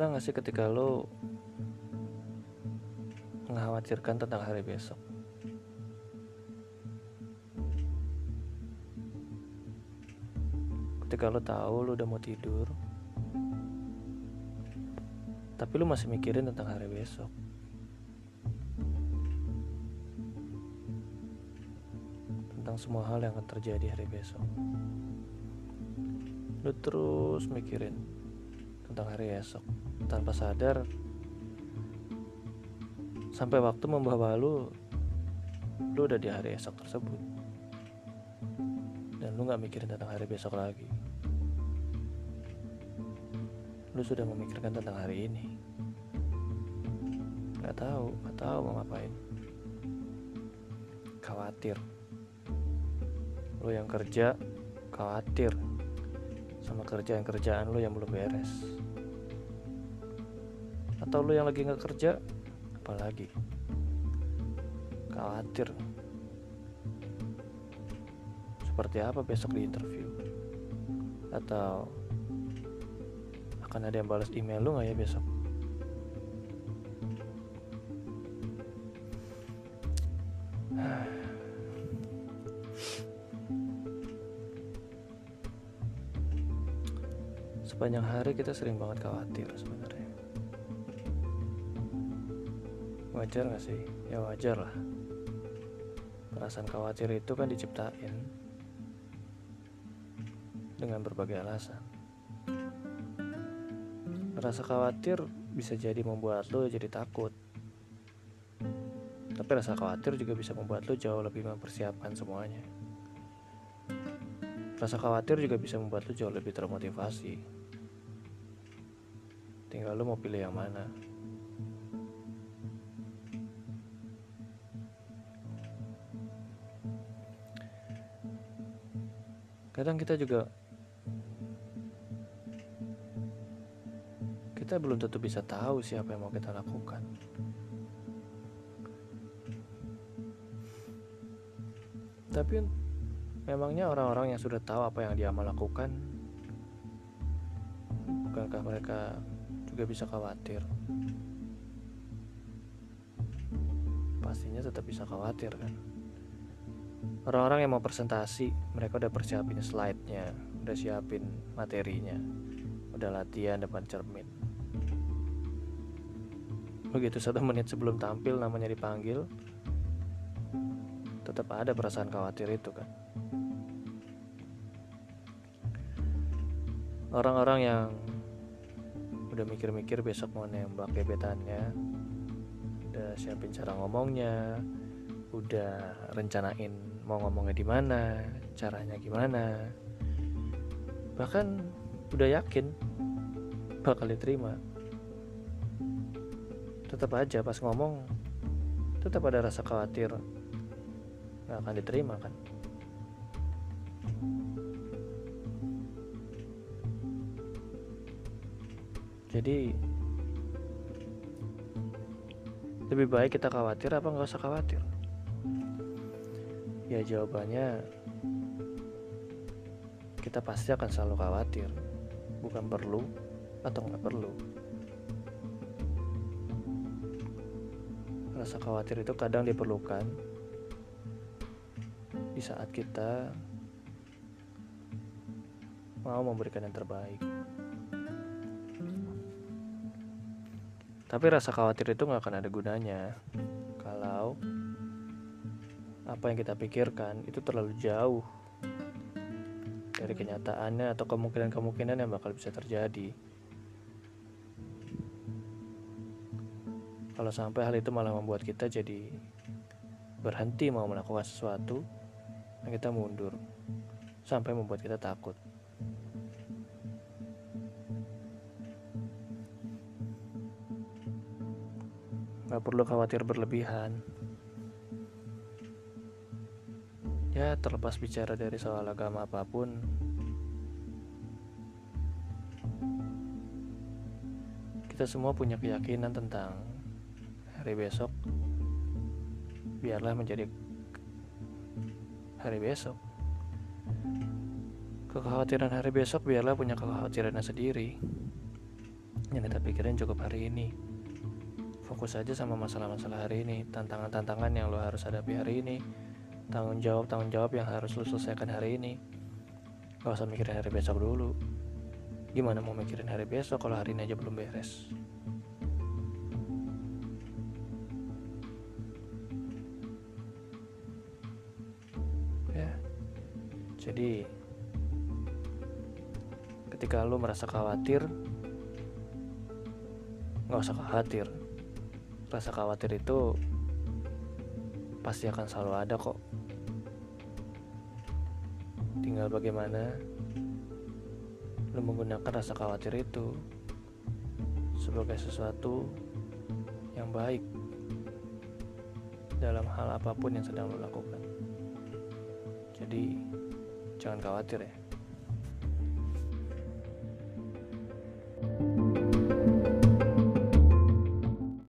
Pernah gak sih ketika lo mengkhawatirkan tentang hari besok? Ketika lo tahu lo udah mau tidur, tapi lo masih mikirin tentang hari besok. Tentang semua hal yang akan terjadi hari besok. Lo terus mikirin tentang hari esok, tanpa sadar sampai waktu membawa lo udah di hari esok tersebut. Dan lo gak mikirin tentang hari besok lagi. Lo sudah memikirkan tentang hari ini. Gak tahu mau ngapain. Khawatir. Lo yang kerja khawatir sama kerjaan lo yang belum beres. Atau lo yang lagi gak kerja, apalagi khawatir seperti apa besok di interview. Atau akan ada yang balas email lo gak ya besok. Sepanjang hari kita sering banget khawatir sebenarnya. Wajar gak sih? Ya wajar lah. Perasaan khawatir itu kan diciptain dengan berbagai alasan. Rasa khawatir bisa jadi membuat lo jadi takut. Tapi rasa khawatir juga bisa membuat lo jauh lebih mempersiapkan semuanya. Rasa khawatir juga bisa membuat lo jauh lebih termotivasi. Tinggal lo mau pilih yang mana. Kadang kita belum tentu bisa tahu siapa yang mau kita lakukan. Tapi memangnya orang-orang yang sudah tahu apa yang dia mau lakukan, bukankah mereka juga bisa khawatir? Pastinya tetap bisa khawatir kan. Orang-orang yang mau presentasi, mereka udah persiapin slide-nya, udah siapin materinya, udah latihan depan cermin. Begitu 1 menit sebelum tampil namanya dipanggil, tetap ada perasaan khawatir itu kan. Orang-orang yang udah mikir-mikir besok mau nembak gebetannya, udah siapin cara ngomongnya, udah rencanain mau ngomongnya di mana, caranya gimana, bahkan udah yakin bakal diterima. Tetap aja pas ngomong tetap ada rasa khawatir gak akan diterima kan. Jadi lebih baik kita khawatir apa gak usah khawatir? Ya jawabannya kita pasti akan selalu khawatir. Bukan perlu atau gak perlu. Rasa khawatir itu kadang diperlukan di saat kita mau memberikan yang terbaik. Tapi rasa khawatir itu gak akan ada gunanya kalau apa yang kita pikirkan itu terlalu jauh dari kenyataannya atau kemungkinan-kemungkinan yang bakal bisa terjadi. Kalau sampai hal itu malah membuat kita jadi berhenti mau melakukan sesuatu, dan kita mundur sampai membuat kita takut. Gak perlu khawatir berlebihan. Ya terlepas bicara dari soal agama apapun, kita semua punya keyakinan tentang hari besok. Biarlah menjadi hari besok. Kekhawatiran hari besok biarlah punya kekhawatirannya sendiri. Yang kita pikirin cukup hari ini. Fokus aja sama masalah-masalah hari ini, tantangan-tantangan yang lo harus hadapi hari ini, tanggung jawab yang harus lo selesaikan hari ini. Gak usah mikirin hari besok dulu. Gimana mau mikirin hari besok kalau hari ini aja belum beres? Ya, jadi ketika lo merasa khawatir, gak usah khawatir. Rasa khawatir itu pasti akan selalu ada kok. Tinggal bagaimana lu menggunakan rasa khawatir itu sebagai sesuatu yang baik dalam hal apapun yang sedang lu lakukan. Jadi jangan khawatir ya.